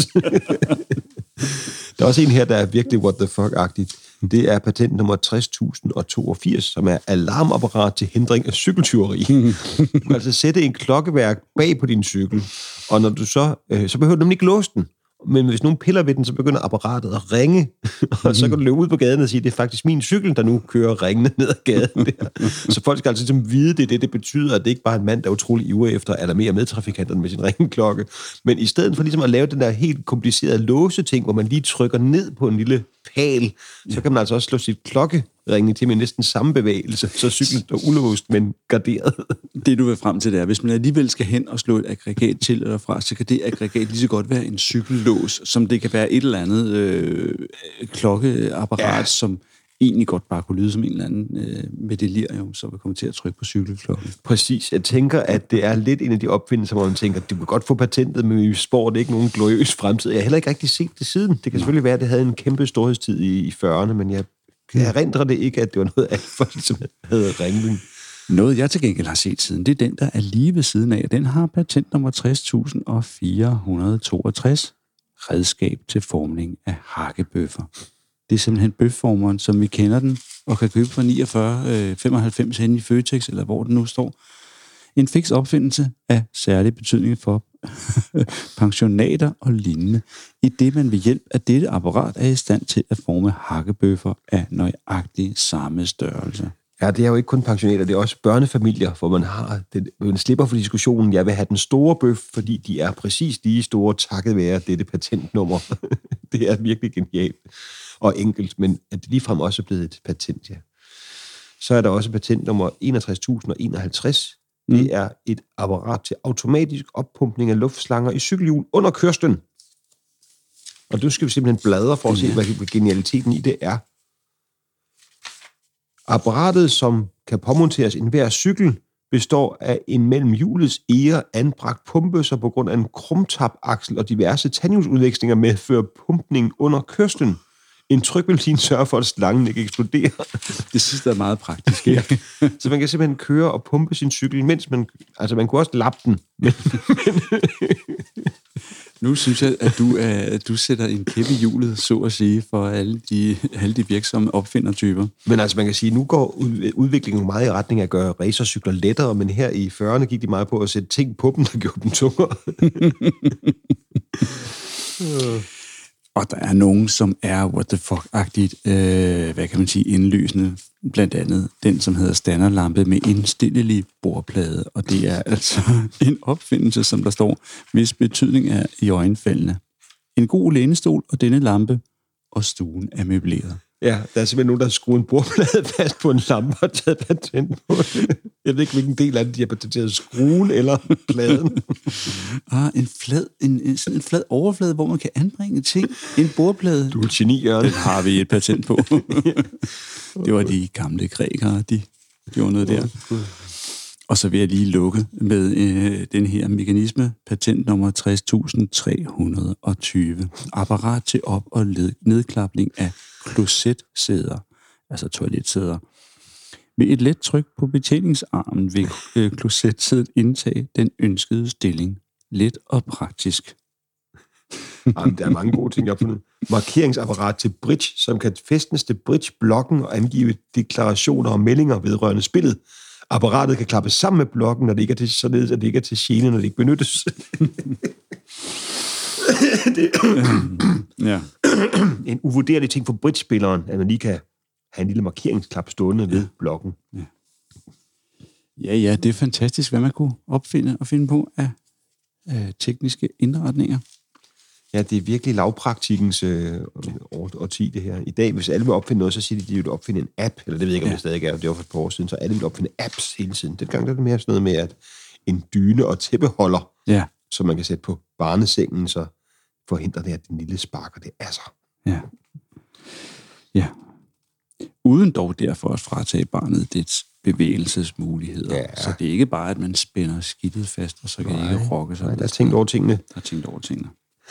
Der er også en her, der er virkelig what the fuck-agtigt. Det er patentnummer tres tusind toogfirs, som er alarmapparat til hindring af cykeltyveri. Du kan altså sætte en klokkeværk bag på din cykel, og når du så, øh, så behøver du nemlig ikke låse den. Men hvis nogen piller ved den, så begynder apparatet at ringe, og så kan du løbe ud på gaden og sige, det er faktisk min cykel, der nu kører ringende ned ad gaden der. Så folk skal altså ligesom vide, det er det, det betyder, at det ikke bare er en mand, der er utrolig ivrig efter at alarmere medtrafikanterne med sin ringeklokke. Men i stedet for ligesom at lave den der helt komplicerede låse-ting, hvor man lige trykker ned på en lille pæl, så kan man altså også slå sit klokkeringning til med næsten samme bevægelse, så cyklen står ulåst, men garderet. Det du vil frem til, det er, hvis man alligevel skal hen og slå et aggregat til eller fra, så kan det aggregat lige så godt være en cykellås, som det kan være et eller andet øh, klokkeapparat, ja. Som egentlig godt bare kunne lyde som en eller anden øh, med delirium, så vi kommer til at trykke på cykelklokken. Præcis. Jeg tænker, at det er lidt en af de opfindelser, hvor man tænker, du kan godt få patentet, men vi spår det ikke nogen gloriøs fremtid. Jeg har heller ikke rigtig set det siden. Det kan selvfølgelig være, at det havde en kæmpe storhedstid i, i fyrrerne, men jeg, jeg erindrer det ikke, at det var noget af folk, som havde ringning. Noget, jeg til gengæld har set siden, det er den, der er lige ved siden af. Den har patent nummer tres tusind fire hundrede og toogtres. Redskab til formning af hakkebøffer. Det er simpelthen bøfformeren, som vi kender den, og kan købe for niogfyrre femoghalvfems henne i Føtex, eller hvor den nu står. En fiks opfindelse af særlig betydning for pensionater og lignende, i det man ved hjælp af dette apparat er i stand til at forme hakkebøffer af nøjagtig samme størrelse. Ja, det er jo ikke kun pensionater, det er også børnefamilier, hvor man har den, man slipper for diskussionen, jeg vil have den store bøf, fordi de er præcis lige store, takket være dette patentnummer. Det er virkelig genialt og enkelt, men at det ligefrem også er blevet et patent, ja. Så er der også patentnummer enogtres tusind enoghalvtreds. Mm. Det er et apparat til automatisk oppumpning af luftslanger i cykelhjul under kørslen. Og du skal vi simpelthen bladre for at se, hvad genialiteten i det er. Apparatet, som kan påmonteres i enhver cykel, består af en mellem hjulets eger anbragt pumpe, så på grund af en krumtapaksel og diverse tandhjulsudvekslinger medfører pumpning under kørslen. En trykventil sørger for, at slangen ikke eksploderer. Det sidste er meget praktisk, ikke? Ja. Så man kan simpelthen køre og pumpe sin cykel, mens man... Altså, man kunne også lappe den. Men, men nu synes jeg, at du, at du sætter en kæppe i hjulet, så at sige, for alle de, alle de virksomme opfindertyper. Men altså, man kan sige, at nu går udviklingen meget i retning af at gøre racercykler lettere, men her i fyrrerne gik de meget på at sætte ting på dem, der gjorde dem tungere. Og der er nogen, som er what the fuck-agtigt, øh, hvad kan man sige, indlysende. Blandt andet den, som hedder standardlampe med indstillelig bordplade. Og det er altså en opfindelse, som der står, hvis betydning er i øjenfaldene. En god lænestol og denne lampe, og stuen er møbleret. Ja, der er simpelthen nogen, der har skruet en bordplade fast på en lampe og taget patent på det. Jeg ved ikke, hvilken del af det, de har patenteret, skruen eller pladen. Ah, en flad, en, en, sådan en flad overflade, hvor man kan anbringe ting. En bordplade. Du er et geni, Jørgen. Den har vi et patent på. Det var de gamle grækere, de gjorde noget der. Og så vil jeg lige lukke med øh, den her mekanisme, patent nummer tres tusind tre hundrede og tyve. Apparat til op- og led- nedklapning af klosetsæder, altså toiletsæder. Med et let tryk på betjeningsarmen vil øh, klosetsædet indtage den ønskede stilling. Let og praktisk. Jamen, der er mange gode ting, jeg har fundet. Markeringsapparat til bridge, som kan fæstnes til bridge-blokken og angive deklarationer og meldinger vedrørende spillet. Apparatet kan klappes sammen med blokken, når det ikke er til, således at det ikke er til gene, når det ikke benyttes. det ja. En uvurderlig ting for bridge-spilleren, at man lige kan have en lille markeringsklap stående ja. ved blokken. Ja. Ja, ja, det er fantastisk, hvad man kunne opfinde og finde på af, af tekniske indretninger. Ja, det er virkelig lavpraktikkens øh, årti, det her. I dag, hvis alle vil opfinde noget, så siger de, at de vil opfinde en app, eller det ved jeg ikke, om ja. det stadig er, det var for et par år siden, så alle vil opfinde apps hele tiden. Dengang der er det mere sådan noget med, at en dyne og tæppeholder, ja. som man kan sætte på barnesengen, så forhindrer det, at den lille sparker det af sig. Ja. Ja. Uden dog derfor at fratage barnet dets bevægelsesmuligheder. Ja. Så det er ikke bare, at man spænder skidtet fast, og så kan nej, det ikke rokke sig. Nej, der er tænkt over tingene. Der er tænkt over tingene.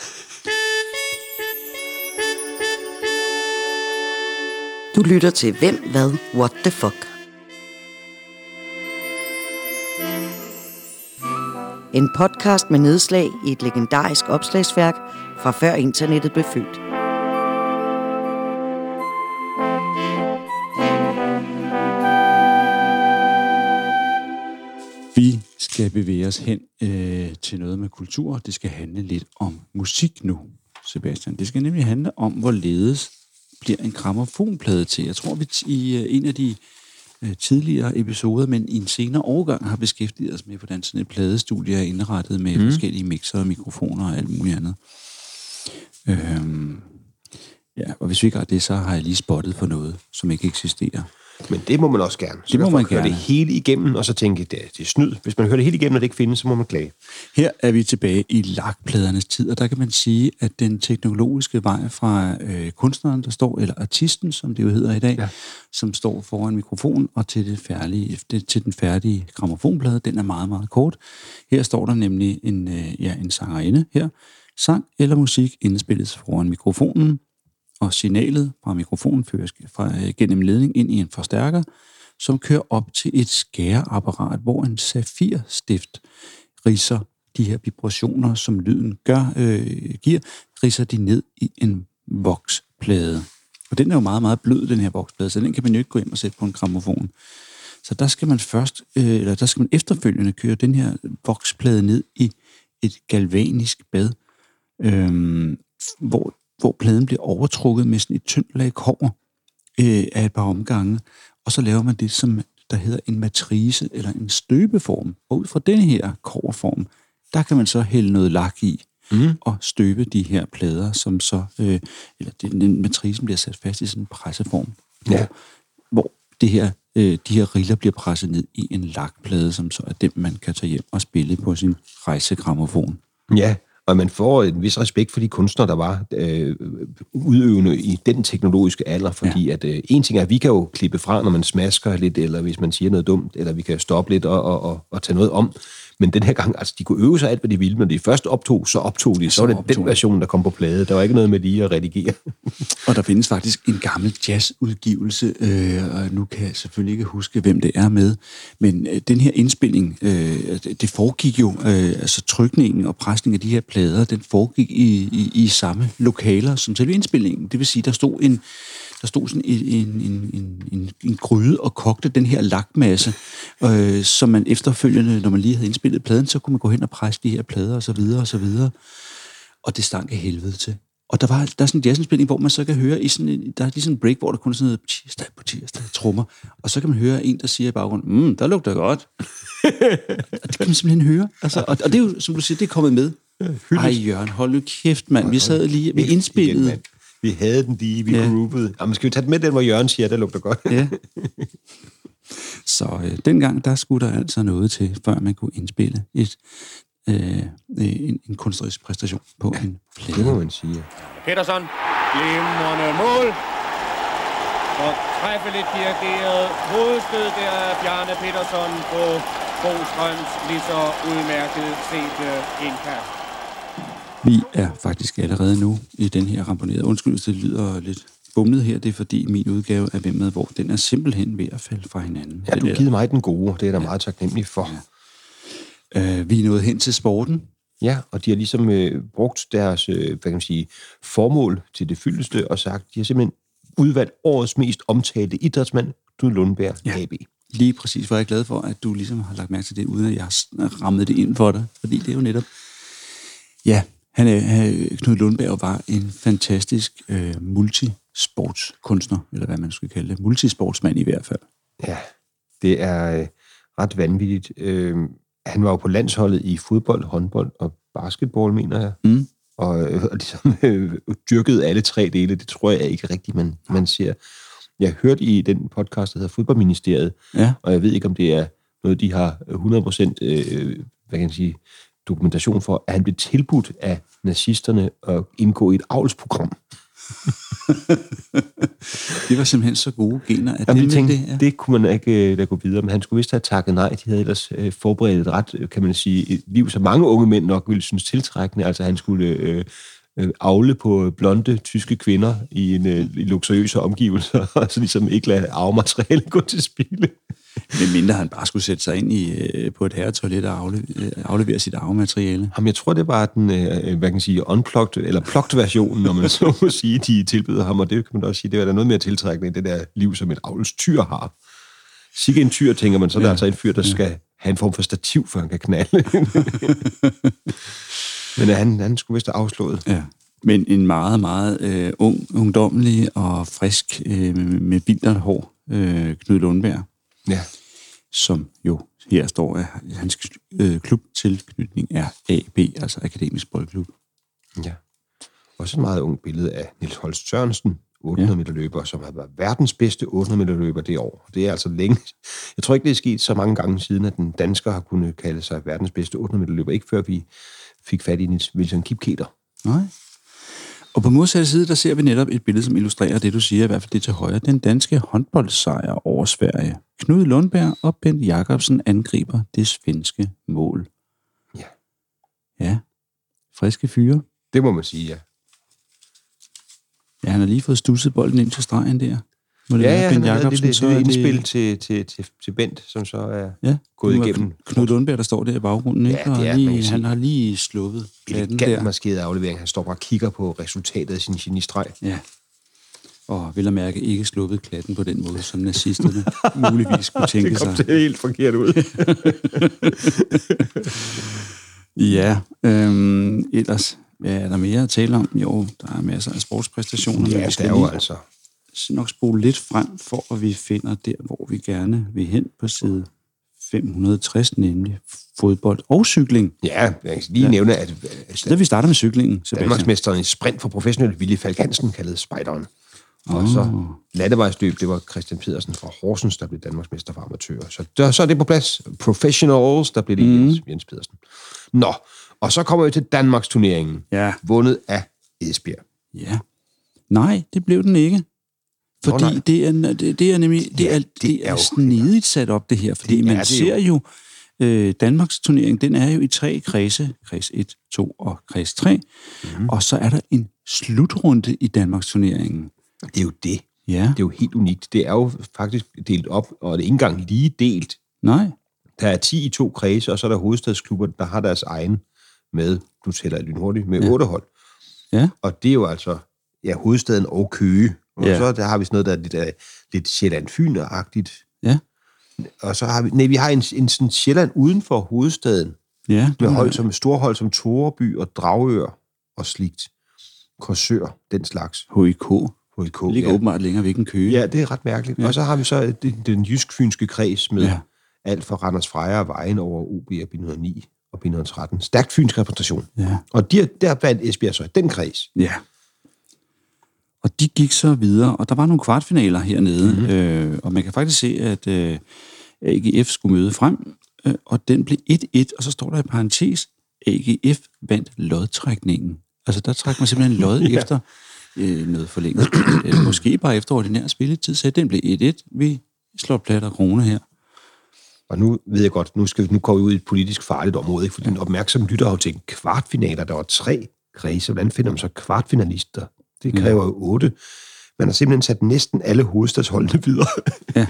Du lytter til Hvem, Hvad, What the Fuck. En podcast med nedslag i et legendarisk opslagsværk fra før internettet blev født. Vi skal bevæge os hen øh, til noget med kultur. Det skal handle lidt om musik nu, Sebastian. Det skal nemlig handle om, hvorledes bliver en grammofonplade til. Jeg tror, vi i øh, en af de øh, tidligere episoder, men i en senere årgang, har beskæftiget os med, hvordan sådan et pladestudie er indrettet med mm. forskellige mixer og mikrofoner og alt muligt andet. Øhm, ja, og hvis vi ikke har det, så har jeg lige spottet på noget, som ikke eksisterer. Men det må man også gerne. Så det må man gerne. Høre det hele igennem, og så tænke, det er, det er snyd. Hvis man hører det hele igennem, og det ikke findes, så må man klage. Her er vi tilbage i lakpladernes tid, og der kan man sige, at den teknologiske vej fra øh, kunstneren, der står, eller artisten, som det jo hedder i dag, ja. som står foran mikrofonen, og til, det færdige, det, til den færdige grammofonplade, den er meget, meget kort. Her står der nemlig en, øh, ja, en sangerinde her. Sang eller musik indspilles foran mikrofonen, og signalet fra mikrofonen føres fra, gennem ledning ind i en forstærker, som kører op til et skæreapparat, hvor en safirstift ridser de her vibrationer, som lyden gør, øh, giver, ridser de ned i en voksplade. Og den er jo meget, meget blød, den her voksplade, så den kan man jo ikke gå ind og sætte på en grammofon. Så der skal man først, øh, eller der skal man efterfølgende køre den her voksplade ned i et galvanisk bad, øh, hvor hvor pladen bliver overtrukket med sådan et tyndt lag kobber øh, af et par omgange, og så laver man det, som der hedder en matrice eller en støbeform. Og ud fra denne her kobberform, der kan man så hælde noget lak i mm. og støbe de her plader, som så, øh, eller den matricen bliver sat fast i sådan en presseform, ja. hvor, hvor det her, øh, de her riller bliver presset ned i en lakplade, som så er dem, man kan tage hjem og spille på sin rejsegrammofon. Ja, og man får en vis respekt for de kunstnere, der var øh, udøvende i den teknologiske alder, fordi ja. at øh, en ting er, at vi kan jo klippe fra, når man smasker lidt, eller hvis man siger noget dumt, eller vi kan stoppe lidt og, og, og, og tage noget om. Men den her gang, altså de kunne øve sig alt, hvad de ville, men de først optog, så optog de. Så, så var det optog. Den version, der kom på plade. Der var ikke noget med lige at redigere. Og der findes faktisk en gammel jazzudgivelse, øh, og nu kan jeg selvfølgelig ikke huske, hvem det er med. Men øh, den her indspilning, øh, det foregik jo, øh, altså trykningen og presningen af de her plader, den foregik i, i, i samme lokaler som selve indspilningen. Det vil sige, der stod en Der stod sådan en, en, en, en, en gryde og kogte den her lakmasse, øh, som man efterfølgende, når man lige havde indspillet pladen, så kunne man gå hen og presse de her plader og så videre og så videre. Og det stank af helvede til. Og der, var, der er sådan en jazzindspilning, hvor man så kan høre, i sådan en, der er lige sådan en break, hvor der kun er sådan noget tirsdag på tirsdag, trommer. Og så kan man høre en, der siger i baggrunden, mm, der lugter godt. Og det kan man simpelthen høre. Altså, og, og det er jo, som du siger, det er kommet med. Ej, Jørgen, hold nu kæft, mand. Vi sad lige, vi indspillede. Vi havde den lige, vi ja. groupede. Jamen, skal vi tage den med den, hvor Jørgen siger, at det lugter godt? Ja. Så øh, dengang, der skulle der altså noget til, før man kunne indspille et, øh, en, en kunstnerisk præstation på ja, en plade. Det må man sige. Peterson, glimrende mål. Og træffeligt dirigeret hovedstød der af Bjarne Peterson på Bostrøms lige så udmærket set indkast. Vi er faktisk allerede nu i den her ramponerede. Undskyld, hvis det lyder lidt bumlet her. Det er fordi min udgave af Hvem med hvor, den er simpelthen ved at falde fra hinanden. Ja, du har givet mig den gode. Det er der ja. meget taknemmelig for. Ja. Uh, vi er nået hen til sporten. Ja, og de har ligesom øh, brugt deres øh, hvad kan man sige, formål til det fyldeste og sagt, de har simpelthen udvalgt årets mest omtalte idrætsmand, Knud Lundberg, ja. A B. Lige præcis, for jeg er glad for, at du ligesom har lagt mærke til det, uden at jeg har rammet det ind for dig. Fordi det er jo netop... Ja, Han er, Knud Lundberg var en fantastisk øh, multisportskunstner, eller hvad man skulle kalde det. Multisportsmand i hvert fald. Ja, det er øh, ret vanvittigt. Øh, han var jo på landsholdet i fodbold, håndbold og basketball, mener jeg. Mm. Og, og ligesom øh, dyrkede alle tre dele. Det tror jeg ikke rigtigt, man, man ser. Jeg hørte i den podcast, der hedder Fodboldministeriet, ja. og jeg ved ikke, om det er noget, de har hundrede procent øh, hvad kan jeg sige, dokumentation for, at han blev tilbudt af nazisterne at indgå i et avlsprogram. Det var simpelthen så gode gener, at Jamen, det, tænkte, det, ja. det kunne man ikke lade gå videre, men han skulle vist have takket nej. De havde ellers øh, forberedt et ret, kan man sige, et liv, som mange unge mænd nok ville synes tiltrækkende. Altså han skulle øh, øh, avle på blonde tyske kvinder i en øh, i luksuriøse omgivelser, og så ligesom ikke lade arvemateriale gå til spilde. Men mindre han bare skulle sætte sig ind i, øh, på et herretoilet og aflevere, aflevere sit arvemateriale. Jamen, jeg tror, det var den, øh, hvad kan man sige, unplugged, eller plugged versionen, når man så må sige, de tilbyder ham, og det kan man også sige, det var da noget mere tiltrækkende end det der liv, som et avlstyr har. Sikke en tyr, tænker man, så er der ja. altså en fyr, der ja. skal have en form for stativ, før han kan knalde. Men han, han skulle vist have afslået. Ja. Men en meget, meget øh, ung, ungdommelig og frisk øh, med bildert hår, øh, Knud Lundberg. Ja. Som jo her står, at hans øh, klubtilknytning er A B, altså Akademisk Boldklub. Ja. Også et meget ung billede af Niels Holst Sørensen, otte hundrede meter løber, som har været verdens bedste otte hundrede meter løber det år. Det er altså længe. Jeg tror ikke, det er sket så mange gange siden, at den dansker har kunnet kalde sig verdens bedste otte hundrede meter løber. Ikke før vi fik fat i Niels Wilson Kipketer. Nej. Og på modsatte side, der ser vi netop et billede, som illustrerer det, du siger, i hvert fald det til højre. Den danske håndboldsejr over Sverige. Knud Lundberg og Bent Jacobsen angriber det svenske mål. Ja. Ja. Friske fyre. Det må man sige, ja. Ja, han har lige fået studset bolden ind til stregen der. Må det ja, være, ja, Bent han har Jacobsen, det, så det, er det indspil det... til, til, til, til Bent, som så er ja, gået igennem. Knud Lundberg, der står der i baggrunden, ikke? Ja, det er, og lige, sige, han har lige sluppet klatten der. Elegant maskeret aflevering. Han står bare og kigger på resultatet af sin genistreg. Ja. Og vil at mærke ikke sluppet klatten på den måde, som nazisterne muligvis kunne tænke sig. Det kom det helt forkert ud. Ja, øhm, ellers, hvad er der mere at tale om? Jo, der er masser af sportspræstationer. Ja, men vi skal der er jo altså nok spole lidt frem, for at vi finder der, hvor vi gerne vil hen på side fem hundrede og tres, nemlig fodbold og cykling. Ja, jeg kan lige ja. nævne, at, at da vi starter med cyklingen, Danmarksmesteren i sprint for professionelle Willy Falk Hansen, kaldet Spejderen. Og oh. så landevejsløb, det var Christian Pedersen fra Horsens, der blev Danmarksmester for amatører. Så, der, så er det på plads. Professionals, der blev det mm. Jens, Jens Pedersen. Nå, og så kommer vi til Danmarks turneringen, ja. vundet af Esbjerg. Ja. Nej, det blev den ikke. Fordi Nå, det, er, det, det er nemlig det ja, er, det det er, er snedigt sat op, det her. Fordi det man ser jo, øh, Danmarks turnering, den er jo i tre kredse. Kreds et, to og kreds tre. Mm. Og så er der en slutrunde i Danmarks turneringen. Det er jo det. Ja. Det er jo helt unikt. Det er jo faktisk delt op, og det er ikke engang lige delt. Nej. Der er ti i to kredse, og så er der hovedstadsklubber, der har deres egen med, du tæller lynhurtigt, med ja. otte hold. Ja. Og det er jo altså, ja, hovedstaden og Køge. Og ja. så der har vi sådan noget, der er lidt, uh, lidt Sjælland-Fyn-agtigt. Ja. Og så har vi, nej, vi har en, en sådan Sjælland uden for hovedstaden. Ja. Med hold som, store hold som Toreby og Dragør og sligt. Korsør, den slags. H I K. H I K, det ligger ja. åbenbart længere væk end Køge. Ja, det er ret mærkeligt. Ja. Og så har vi så den, den jysk-fynske kreds med ja. alt fra Randers Freja og Vejen over O B og B et hundrede og ni og B et hundrede og tretten. Stærkt fynsk repræsentation. Ja. Og der, der vandt Esbjerg så den kreds. Ja. Og de gik så videre, og der var nogle kvartfinaler hernede, mm-hmm. øh, og man kan faktisk se, at øh, A G F skulle møde frem, øh, og den blev et et, og så står der i parentes, A G F vandt lodtrækningen. Altså der trækker man simpelthen lod ja. efter øh, noget forlænget. øh, måske bare efter ordinær spilletid, så den blev et et. Vi slår plat og krone her. Og nu ved jeg godt, nu, skal vi, nu går vi ud i et politisk farligt område, ikke? For den opmærksomme lytter har jo tænkt kvartfinaler, der var tre kredse. Hvordan finder man så kvartfinalister? Det kræver jo otte. Man har simpelthen sat næsten alle hovedstadsholdene videre. Ja.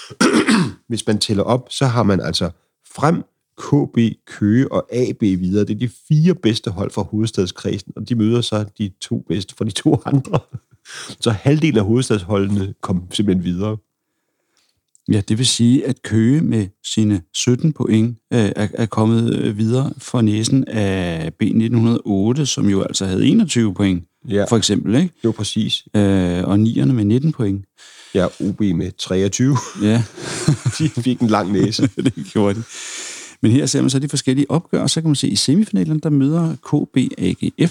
Hvis man tæller op, så har man altså Frem, K B, Køge og A B videre. Det er de fire bedste hold fra hovedstadskredsen, og de møder så de to bedste fra de to andre. Så halvdelen af hovedstadsholdene kom simpelthen videre. Ja, det vil sige, at Køge med sine sytten point øh, er, er kommet videre for næsen af B nitten hundrede og otte, som jo altså havde enogtyve point, ja. for eksempel, ikke? Jo, præcis. Øh, og nierne med nitten point. Ja, O B med treogtyve. Ja. De fik en lang næse. Det gjorde de. Men her ser man så de forskellige opgør, og så kan man se, at i semifinalen, der møder K B A G F,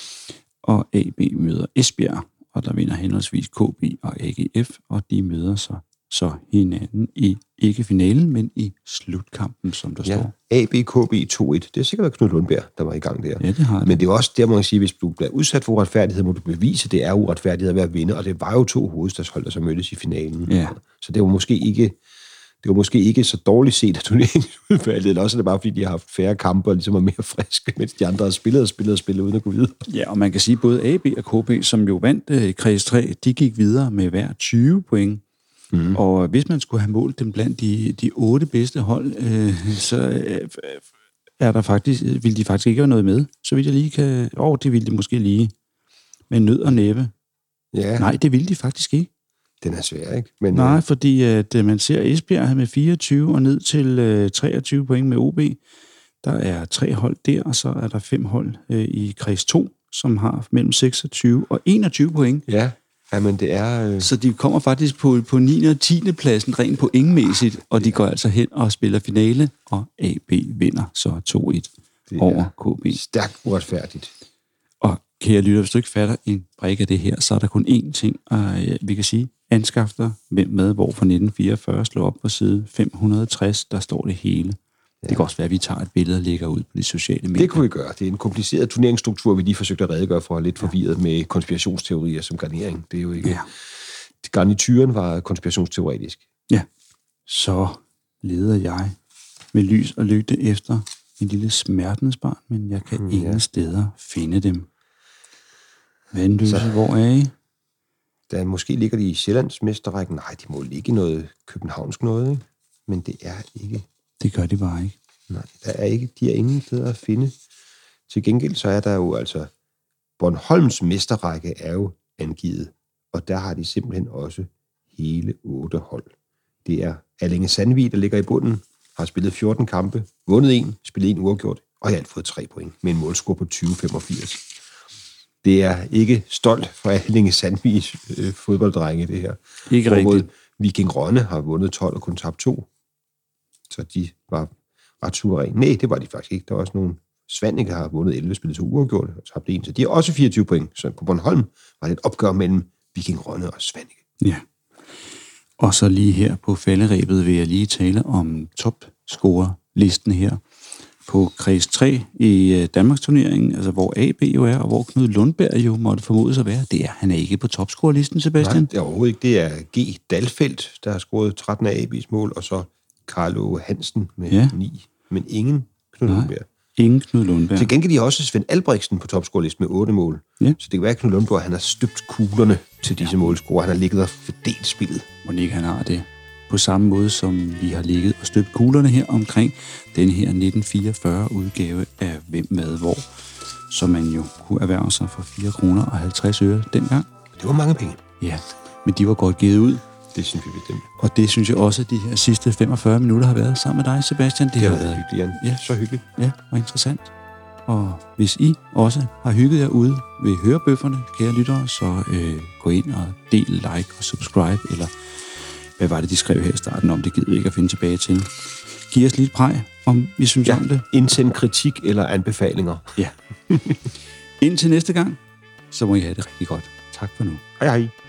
og A B møder Esbjerg, og der vinder henholdsvis K B og A G F, og de møder så, så hinanden i ikke finalen, men i slutkampen, som der Ja, står. A B K B to et. Det er sikkert Knud Lundberg, der var i gang der. Ja, det har det. Men det er jo også der, må man sige, hvis du bliver udsat for uretfærdighed, må du bevise, at det er uretfærdighed ved at vinde, og det var jo to hovedstadshold, der så mødtes i finalen. Ja. Så det var måske ikke... Det var måske ikke så dårligt set af turneringsudvalget, eller også er det bare, fordi de har haft færre kampe og ligesom var mere friske, mens de andre har spillet og spillet og spillet uden at gå videre. Ja, og man kan sige, at både A B og K B, som jo vandt i øh, kreds tre, de gik videre med hver tyve point. Mm. Og hvis man skulle have målt dem blandt de, de otte bedste hold, øh, så øh, er der faktisk, ville de faktisk ikke have noget med. Så vidt jeg lige kan... Åh, oh, det ville de måske lige. Med nød og næppe. Ja. Nej, det ville de faktisk ikke. Den er svær, ikke? Men, Nej, fordi at, øh, man ser Esbjerg med fireogtyve og ned til øh, treogtyve point med O B. Der er tre hold der, og så er der fem hold øh, i kreds to, som har mellem seksogtyve og enogtyve point. Ja, ja men det er... Øh... Så de kommer faktisk på, på niende og tiende pladsen rent pointmæssigt, og de går altså hen og spiller finale, og A B vinder så to et over K B. Stærkt uretfærdigt. Og kære lytter, hvis du ikke fatter en brik af det her, så er der kun én ting, og ja, vi kan sige, anskaf dig hvem med, hvor fra nitten fireogfyrre slår op på side fem hundrede og tres, der står det hele. Ja. Det kan også være, at vi tager et billede og lægger ud på de sociale medier. Det kunne vi gøre. Det er en kompliceret turneringsstruktur, vi lige forsøgte at redegøre for, lidt forvirret med konspirationsteorier som garnering. Det er jo ikke... Ja. Garnituren var konspirationsteoretisk. Ja. Så leder jeg med lys og lygte efter en lille smertensbarn, men jeg kan mm, ingen ja. steder finde dem. Vandløse, hvor er I? Der måske ligger de i Sjællands mesterrækken. Nej, de må ligge i noget københavnsk noget, ikke? Men det er ikke... Det gør de bare ikke. Nej, der er ikke, de er ingen steder at finde. Til gengæld så er der jo altså... Bornholms mesterrække er jo angivet, og der har de simpelthen også hele otte hold. Det er Allinge Sandvig, der ligger i bunden, har spillet fjorten kampe, vundet en, spillet en uafgjort, og i alt fået tre point med en målscore på tyve komma femogfirs. Det er ikke stolt for Allinge Sandvigs øh, fodbolddrenge, det her. Ikke Hvorimod rigtigt. Viking Rønne har vundet tolv og kun tabt to. Så de var ret suveræne. Nej, det var de faktisk ikke. Der var også nogle... Svanike har vundet elleve, spillet to uafgjort og tabt en. Så de har også fireogtyve point. Så på Bornholm var det et opgør mellem Viking Rønne og Svanike. Ja. Og så lige her på falderebet vil jeg lige tale om topscorer-listen her på kreds tre i Danmarks turneringen, altså hvor A B jo er, og hvor Knud Lundberg jo måtte formodes at være. Det er han er ikke på topscorer-listen, Sebastian. Nej, det er overhovedet ikke. Det er G. Dalfeldt, der har scoret tretten af A B's mål, og så Carlo Hansen med ja. ni. Men ingen Knud Nej. Lundberg. Ingen Knud Lundberg. Til gengæld er de også Svend Albrechtsen på topscorelisten med otte mål. Ja. Så det kan være, at Knud Lundberg han har støbt kuglerne til disse ja. målscorer. Han har ligget og fordelt spillet. Må ikke han har det. På samme måde, som vi har ligget og støbt kuglerne her omkring den her nitten fireogfyrre udgave af Hvem Hvad Hvor, som man jo kunne erhverve sig for fire kroner og halvtreds øre dengang. Det var mange penge. Ja, men de var godt givet ud. Det synes vi bestemt. Og det synes jeg også, at de her sidste femogfyrre minutter har været sammen med dig, Sebastian. Det, det har har været hyggeligt, Jan. Ja. Så hyggeligt. Ja, og interessant. Og hvis I også har hygget jer ude ved hørebøfferne, kære lyttere, så øh, gå ind og del, like og subscribe, eller hvad var det, de skrev her i starten om? Det gider vi ikke at finde tilbage til. Giv os lige et præg, om vi synes ja, om det. Indsend kritik eller anbefalinger. Ja. Indtil næste gang, så må I have det rigtig godt. Tak for nu. Hej hej.